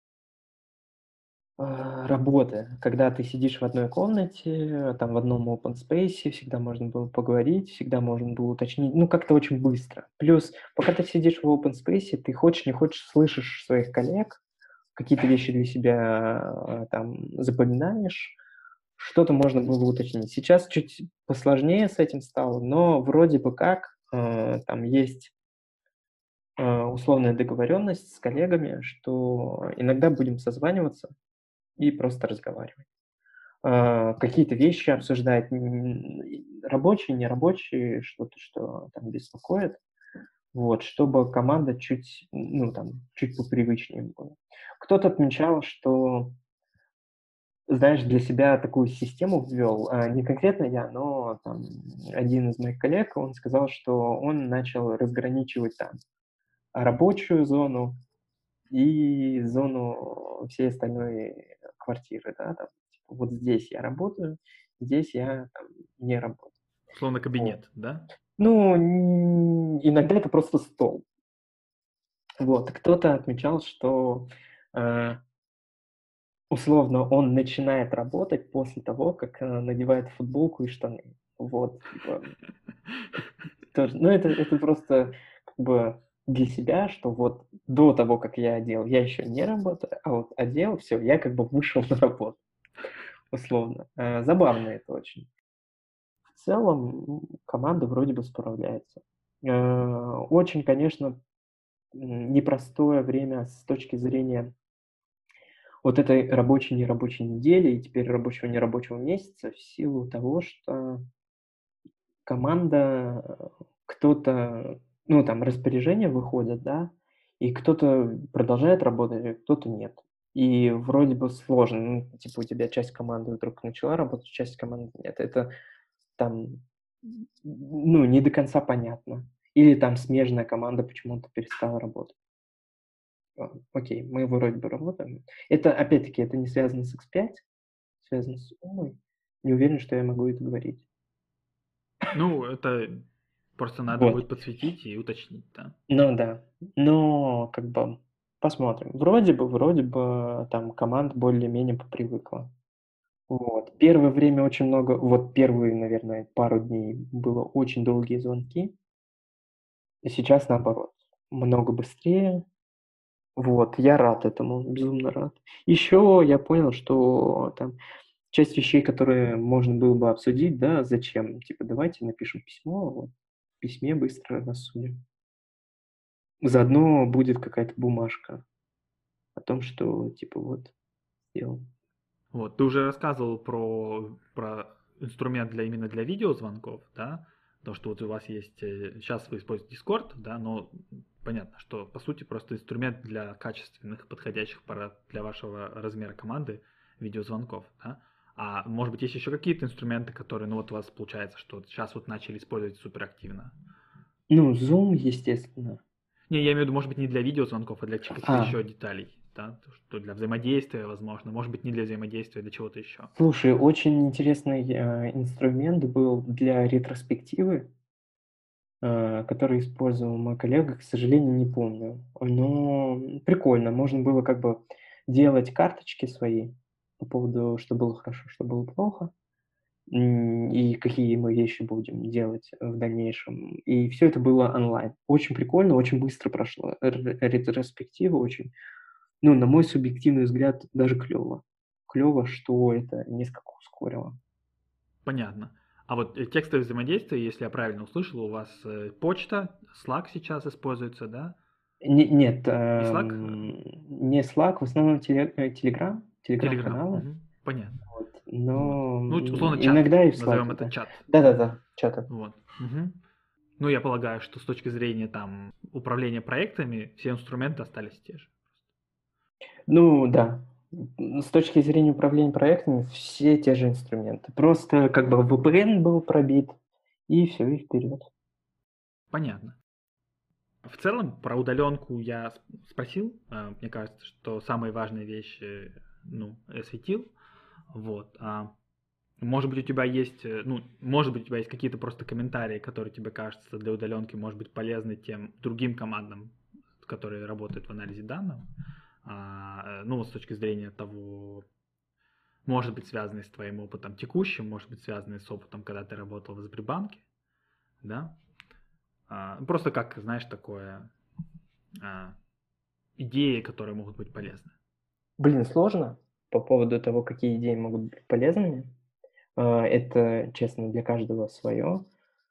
работы. Когда ты сидишь в одной комнате, там в одном open space, всегда можно было поговорить, всегда можно было уточнить, ну, как-то очень быстро. Плюс, пока ты сидишь в open space, ты хочешь не хочешь, слышишь своих коллег, какие-то вещи для себя, там запоминаешь, что-то можно было уточнить. Сейчас чуть посложнее с этим стало, но вроде бы как, там есть, условная договоренность с коллегами, что иногда будем созваниваться и просто разговаривать. Какие-то вещи обсуждать, рабочие, нерабочие, что-то, что там беспокоит. Вот, чтобы команда чуть, ну, там, чуть попривычнее была. Кто-то отмечал, что, знаешь, для себя такую систему ввел, не конкретно я, но там один из моих коллег, он сказал, что он начал разграничивать там рабочую зону и зону всей остальной квартиры, да, там, типа, вот здесь я работаю, здесь я там не работаю. Условно Вот. кабинет, да? Ну, иногда это просто стол. Вот. Кто-то отмечал, что э, условно он начинает работать после того, как надевает футболку и штаны. Вот, типа, тоже, ну, это просто как бы для себя, что вот до того, как я одел, я еще не работаю, а вот одел, все, я как бы вышел на работу, условно. Забавно это очень. В целом команда вроде бы справляется. Очень, конечно, непростое время с точки зрения вот этой рабочей-нерабочей недели и теперь рабочего-нерабочего месяца в силу того, что команда, кто-то, ну, там распоряжения выходят, да, и кто-то продолжает работать, а кто-то нет. И вроде бы сложно, ну, типа у тебя часть команды вдруг начала работать, часть команды нет. Это там, ну, не до конца понятно. Или там смежная команда почему-то перестала работать. Окей, мы вроде бы работаем. Это, опять-таки, это не связано с X5, связано с умой. Не уверен, что я могу это говорить. Ну, это просто надо будет Вот. подсветить и уточнить, да. Ну да. Но как бы посмотрим. Вроде бы там команда более-менее попривыкла. Вот. Первое время очень много, вот первые, наверное, пару дней было очень долгие звонки, и сейчас наоборот. Много быстрее. Вот, я рад этому, безумно рад. Еще я понял, что там часть вещей, которые можно было бы обсудить, да, зачем? Типа, давайте напишем письмо, вот, в письме быстро рассудим. Заодно будет какая-то бумажка о том, что, типа, вот, сделал. Вот, ты уже рассказывал про инструмент именно для видеозвонков, да, то, что вот у вас есть, сейчас вы используете Discord, да, но понятно, что по сути просто инструмент для качественных, подходящих для вашего размера команды видеозвонков, да. А может быть есть еще какие-то инструменты, которые, ну вот у вас получается, что вот сейчас вот начали использовать суперактивно? Ну, Zoom, естественно. Не, я имею в виду, может быть, не для видеозвонков, а для каких-то А, еще деталей, да, то, что для взаимодействия, возможно, может быть, не для взаимодействия, для чего-то еще. слушай, очень интересный инструмент был для ретроспективы, который использовал мой коллега, к сожалению, не помню. Но прикольно, можно было как бы делать карточки свои по поводу, что было хорошо, что было плохо, и какие мы вещи будем делать в дальнейшем. И все это было онлайн. Очень прикольно, очень быстро прошло. Ретроспектива очень, ну, на мой субъективный взгляд, даже клево. Клево, что это несколько ускорило. Понятно. А вот текстовое взаимодействие, если я правильно услышал, у вас почта, Slack сейчас используется, да? Нет, И Slack? не Slack, в основном Telegram, Telegram. телеграм-каналы, Мгм. Понятно. вот, Вот. но Ну, условно, чат. иногда и в Назовем Slack, это да. чат. Да-да-да, чаты. Вот. Мгм. Ну, я полагаю, что с точки зрения там управления проектами все инструменты остались те же. Ну да, с точки зрения управления проектами все те же инструменты. Просто как бы VPN был пробит, и все, и вперед. Понятно. В целом, про удаленку я спросил. Мне кажется, что самые важные вещи, ну, осветил. Вот. Может быть, у тебя есть, ну, может быть, у тебя есть какие-то просто комментарии, которые тебе кажутся для удаленки, может быть, полезны тем другим командам, которые работают в анализе данных. Ну, с точки зрения того, может быть, связанные с твоим опытом текущим, может быть, связанные с опытом, когда ты работал в Сбербанке, да. Просто как, знаешь, такое а, идеи, которые могут быть полезны. Блин, сложно по поводу того, какие идеи могут быть полезными. Это, честно, для каждого свое.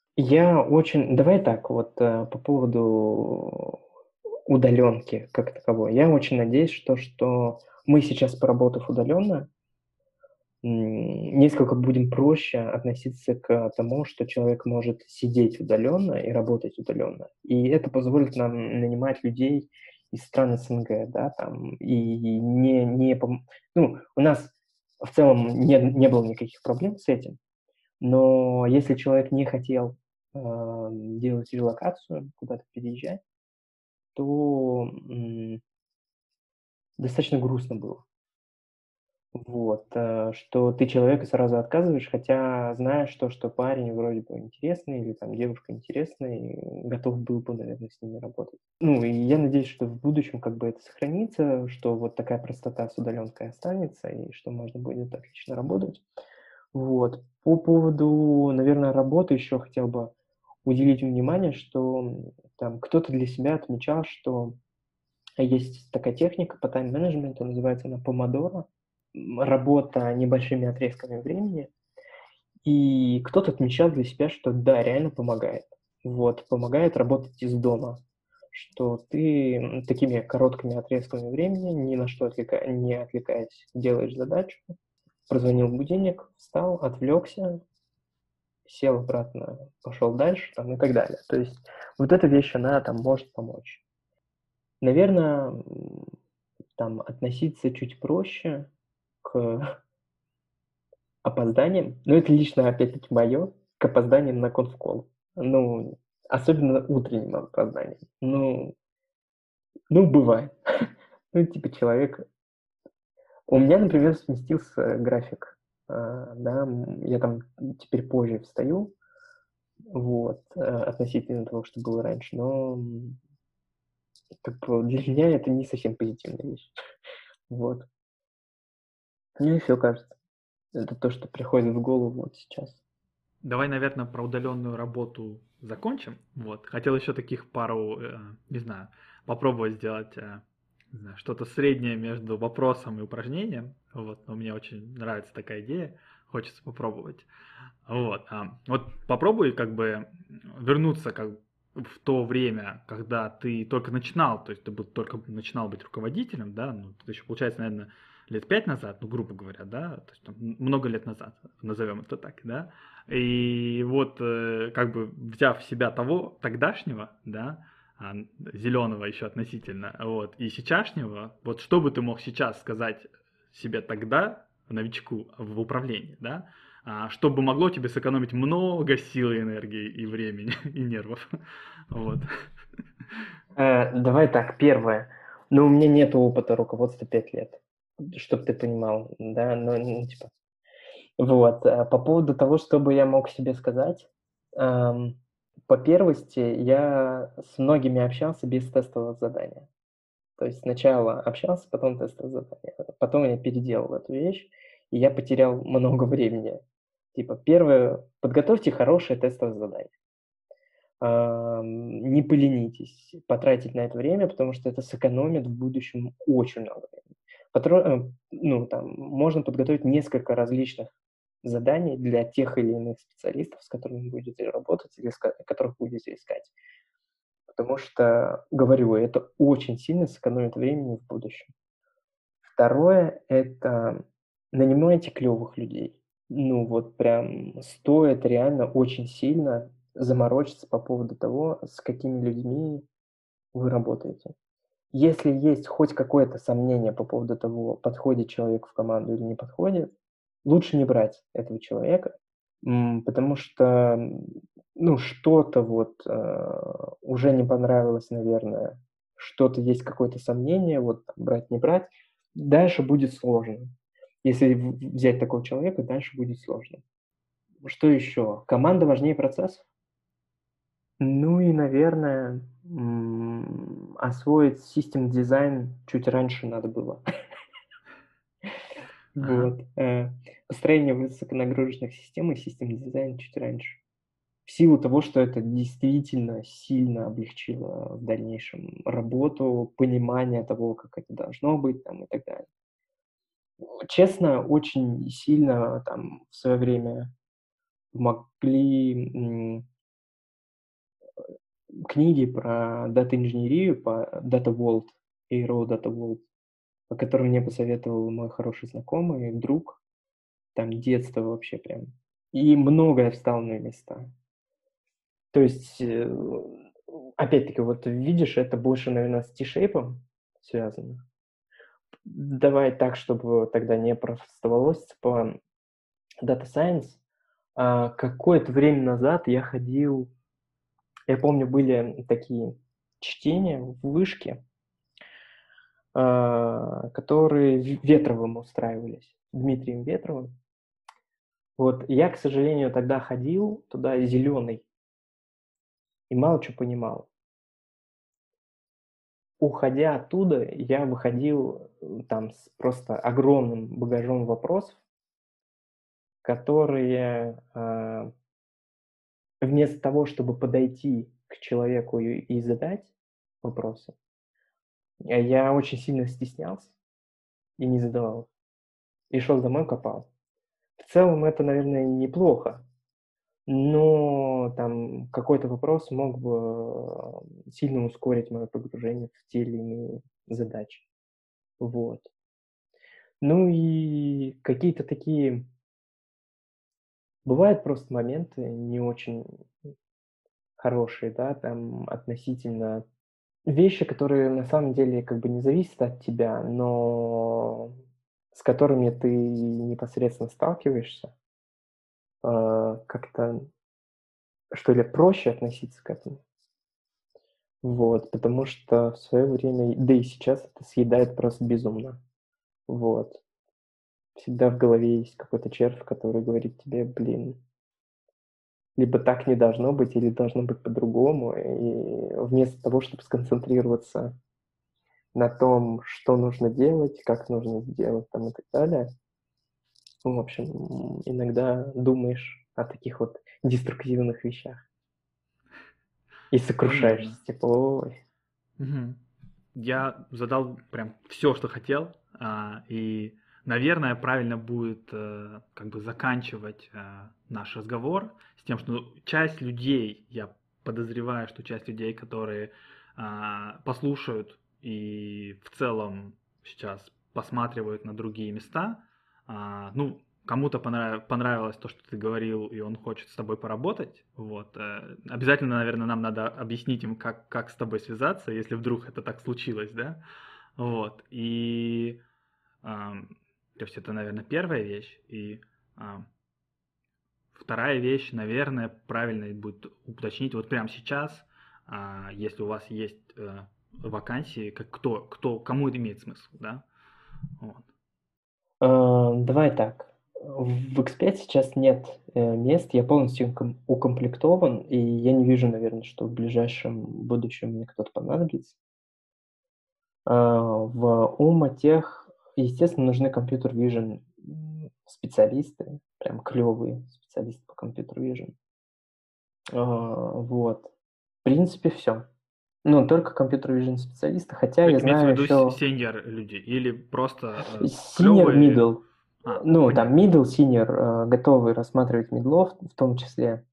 Давай так, вот, по поводу удаленки как таковой. Я очень надеюсь, что мы сейчас, поработав удаленно, несколько будем проще относиться к тому, что человек может сидеть удаленно и работать удаленно. И это позволит нам нанимать людей из стран СНГ, да, там, и ну, у нас в целом не было никаких проблем с этим, но если человек не хотел делать релокацию, куда-то переезжать, то достаточно грустно было. Вот, что ты человеку сразу отказываешь, хотя знаешь то, что парень вроде бы интересный или там девушка интересная, и готов был бы, наверное, с ними работать. Ну, и я надеюсь, что в будущем как бы это сохранится, что вот такая простота с удаленкой останется, и что можно будет отлично работать. Вот. По поводу, наверное, работы еще хотел бы уделить внимание, что там кто-то для себя отмечал, что есть такая техника по тайм-менеджменту, называется она помодоро. Работа небольшими отрезками времени. И кто-то отмечал для себя, что да, реально помогает. Вот, помогает работать из дома. Что ты такими короткими отрезками времени, ни на что не отвлекаясь, делаешь задачу, прозвонил будильник, встал, отвлекся, сел обратно, пошел дальше там, и так далее. То есть вот эта вещь, она там может помочь. Наверное, там относиться чуть проще к опозданиям, но это лично, опять-таки, мое, к опозданиям на конфкол. Ну, особенно утренним опозданием. Ну, бывает. Ну, типа человек... У меня, например, сместился график. Да, я там теперь позже встаю, вот, относительно того, что было раньше, но как бы для меня это не совсем позитивная вещь. Вот. Мне все кажется. Это то, что приходит в голову вот сейчас. Давай, наверное, про удаленную работу закончим. Вот. Хотел еще таких пару, не знаю, попробовать сделать не знаю, что-то среднее между вопросом и упражнением. Вот. Но мне очень нравится такая идея. Хочется попробовать. Вот. Вот попробуй как бы вернуться как в то время, когда ты только начинал, то есть ты был, только начинал быть руководителем, да, ну, это еще получается, наверное, лет 5 назад, ну, грубо говоря, да, то есть там, много лет назад, назовем это так, да, и вот как бы взяв себя того тогдашнего, да, зеленого еще относительно, вот, и сейчасшнего, вот что бы ты мог сейчас сказать себе тогда, новичку в управлении, да, чтобы могло тебе сэкономить много сил и энергии, и времени, и нервов. Вот. Давай так, первое. Ну, у меня нет опыта руководства 5 лет, чтобы ты понимал, да, ну, типа. Вот, по поводу того, что бы я мог себе сказать, ам, по первости, я с многими общался без тестового задания. То есть сначала общался, потом тестовое задание. Потом я переделал эту вещь, и я потерял много времени. Типа, первое, подготовьте хорошее тестовое задание. Не поленитесь потратить на это время, потому что это сэкономит в будущем очень много времени. Ну, там, можно подготовить несколько различных заданий для тех или иных специалистов, с которыми будете работать или которых будете искать. Потому что, говорю, это очень сильно сэкономит времени в будущем. Второе — это нанимайте клевых людей. Ну, вот прям стоит реально очень сильно заморочиться по поводу того, с какими людьми вы работаете. Если есть хоть какое-то сомнение по поводу того, подходит человек в команду или не подходит, лучше не брать этого человека, потому что, ну, что-то вот, уже не понравилось, наверное, что-то есть какое-то сомнение, вот там брать, не брать. Дальше будет сложно. Если взять такого человека, дальше будет сложно. Что еще? Команда важнее процессов. Ну и, наверное, освоить систем дизайн чуть раньше надо было. Ага. Вот. Построение высоконагрузочных систем и систем дизайна чуть раньше. В силу того, что это действительно сильно облегчило в дальнейшем работу, понимание того, как это должно быть там и так далее. Честно, очень сильно там в свое время помогли книги про дата-инженерию, по Data Vault и Raw Data Vault, по которым мне посоветовал мой хороший знакомый, друг, там детство вообще прям. И многое встало на места. То есть, опять-таки, вот видишь, это больше, наверное, с T-шейпом связано. Давай так, чтобы тогда не оставалось по Data Science. Какое-то время назад я помню, были такие чтения в вышке, которые Ветровым устраивались. Дмитрием Ветровым. Вот я, к сожалению, тогда ходил туда зеленый и мало что понимал. Уходя оттуда, я выходил там с просто огромным багажом вопросов, которые вместо того, чтобы подойти к человеку и задать вопросы, я очень сильно стеснялся и не задавал их. И шел домой, копал. В целом это, наверное, неплохо, но там какой-то вопрос мог бы сильно ускорить мое погружение в те или иные задачи. Вот. Ну и какие-то такие... Бывают просто моменты не очень хорошие, да, там относительно вещи, которые на самом деле как бы не зависят от тебя, но с которыми ты непосредственно сталкиваешься, как-то, что ли, проще относиться к этому. Вот, потому что в свое время, да и сейчас это съедает просто безумно. Вот. Всегда в голове есть какой-то червь, который говорит тебе, блин, либо так не должно быть, или должно быть по-другому. И вместо того, чтобы сконцентрироваться на том, что нужно делать, как нужно сделать там и так далее, ну, в общем, иногда думаешь о таких вот деструктивных вещах и Понятно. сокрушаешься, типа, ой. Мгм. Я задал прям все, что хотел, и, наверное, правильно будет как бы заканчивать наш разговор с тем, что часть людей, я подозреваю, что часть людей, которые послушают и в целом сейчас посматривают на другие места, ну, кому-то понравилось то, что ты говорил, и он хочет с тобой поработать. Вот. Обязательно, наверное, нам надо объяснить им, как с тобой связаться, если вдруг это так случилось, да? Вот. И то есть это, наверное, первая вещь. И ам, вторая вещь, наверное, правильно будет уточнить вот прямо сейчас, если у вас есть вакансии, кому это имеет смысл, да? Вот. Давай так. В X5 сейчас нет мест, я полностью укомплектован, и я не вижу, наверное, что в ближайшем будущем мне кто-то понадобится. В Уматех, естественно, нужны компьютер-вижен специалисты, прям клевые специалисты по компьютер-вижен. Вот. В принципе, все. Ну, только компьютер-вижен специалисты, хотя я Имеется в знаю виду еще сеньор люди или просто senior, клевые? middle. Ну, там Понятно. middle, senior, готовы рассматривать мидлов в том числе.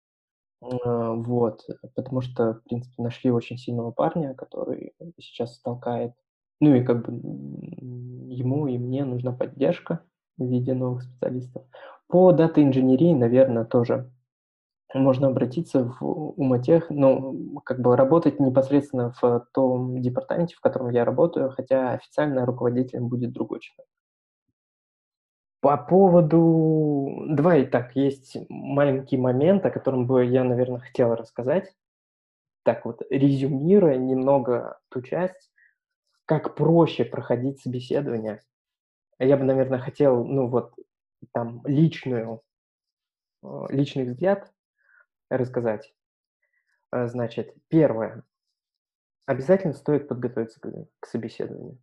Вот, потому что, в принципе, нашли очень сильного парня, который сейчас толкает. Ну и как бы ему и мне нужна поддержка в виде новых специалистов. По дата-инженерии, наверное, тоже можно обратиться в Уматех, но как бы работать непосредственно в том департаменте, в котором я работаю, хотя официально руководителем будет другой человек. По поводу... Давай так, есть маленький момент, о котором бы я, наверное, хотел рассказать. Так вот, резюмируя немного ту часть, как проще проходить собеседование. Я бы, наверное, хотел, ну вот, там, личный взгляд рассказать. Значит, первое. Обязательно стоит подготовиться к собеседованию.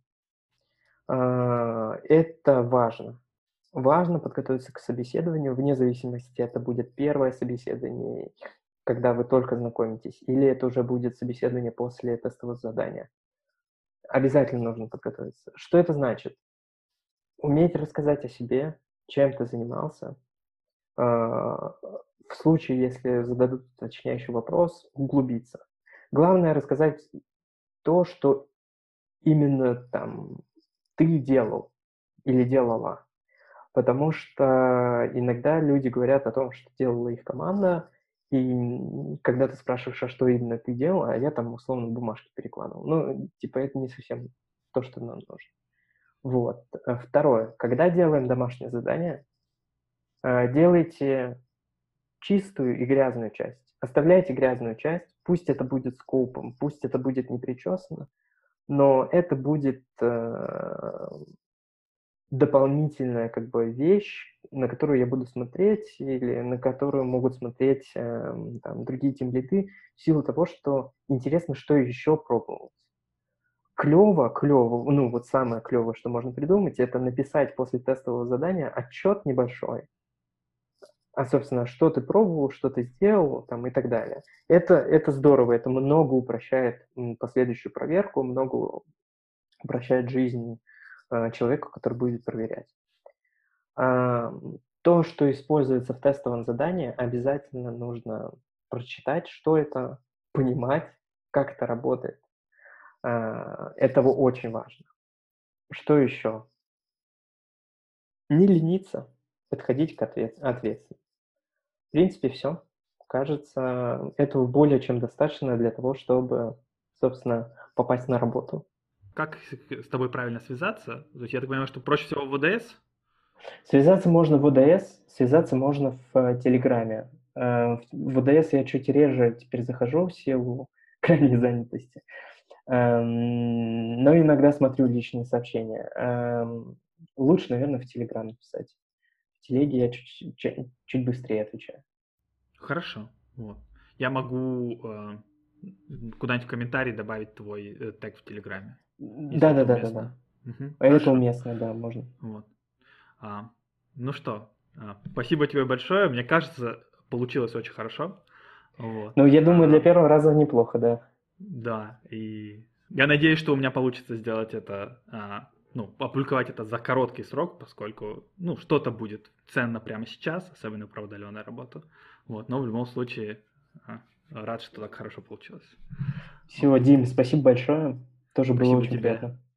Это важно. Важно подготовиться к собеседованию, вне зависимости, это будет первое собеседование, когда вы только знакомитесь, или это уже будет собеседование после тестового задания. Обязательно нужно подготовиться. Что это значит? Уметь рассказать о себе, чем ты занимался. В случае, если зададут уточняющий вопрос, углубиться. Главное рассказать то, что именно там ты делал или делала. Потому что иногда люди говорят о том, что делала их команда, и когда ты спрашиваешь, а что именно ты делал, а я там условно бумажки перекладывал. Ну, типа, это не совсем то, что нам нужно. Вот. Второе. Когда делаем домашнее задание, делайте чистую и грязную часть. Оставляйте грязную часть, пусть это будет скопом, пусть это будет не причесано, но это будет дополнительная как бы вещь, на которую я буду смотреть или на которую могут смотреть там, другие тимлиды в силу того, что интересно, что еще пробовать. Клево, ну вот самое клевое, что можно придумать, это написать после тестового задания отчет небольшой, собственно, что ты пробовал, что ты сделал, там, и так далее. Это здорово, это много упрощает последующую проверку, много упрощает жизнь человеку, который будет проверять. То, что используется в тестовом задании, обязательно нужно прочитать, что это, понимать, как это работает. Это очень важно. Что еще? Не лениться, подходить к ответственно. В принципе, все. Кажется, этого более чем достаточно для того, чтобы, собственно, попасть на работу. Как с тобой правильно связаться? То есть я так понимаю, что проще всего в ВДС? Связаться можно в ОДС, связаться можно в Телеграме. В ВДС я чуть реже теперь захожу в силу крайней занятости. Но иногда смотрю личные сообщения. Лучше, наверное, в Телеграм писать. В Телеге я чуть быстрее отвечаю. Хорошо. Вот. Я могу куда-нибудь в комментарии добавить твой тег в Телеграме, если это Да-да-да-да-да. уместно. Мгм. Это Хорошо. уместно, да, можно. Вот. Ну что, спасибо тебе большое. Мне кажется, получилось очень хорошо. Вот. Ну, я думаю, для первого раза неплохо, да. Да, и я надеюсь, что у меня получится сделать это, ну, опубликовать это за короткий срок, поскольку, ну, что-то будет ценно прямо сейчас, особенно про удаленную работу. Вот, но в любом случае рад, что так хорошо получилось. Все, Дим, спасибо большое. Тоже было Спасибо очень тебе. приятно.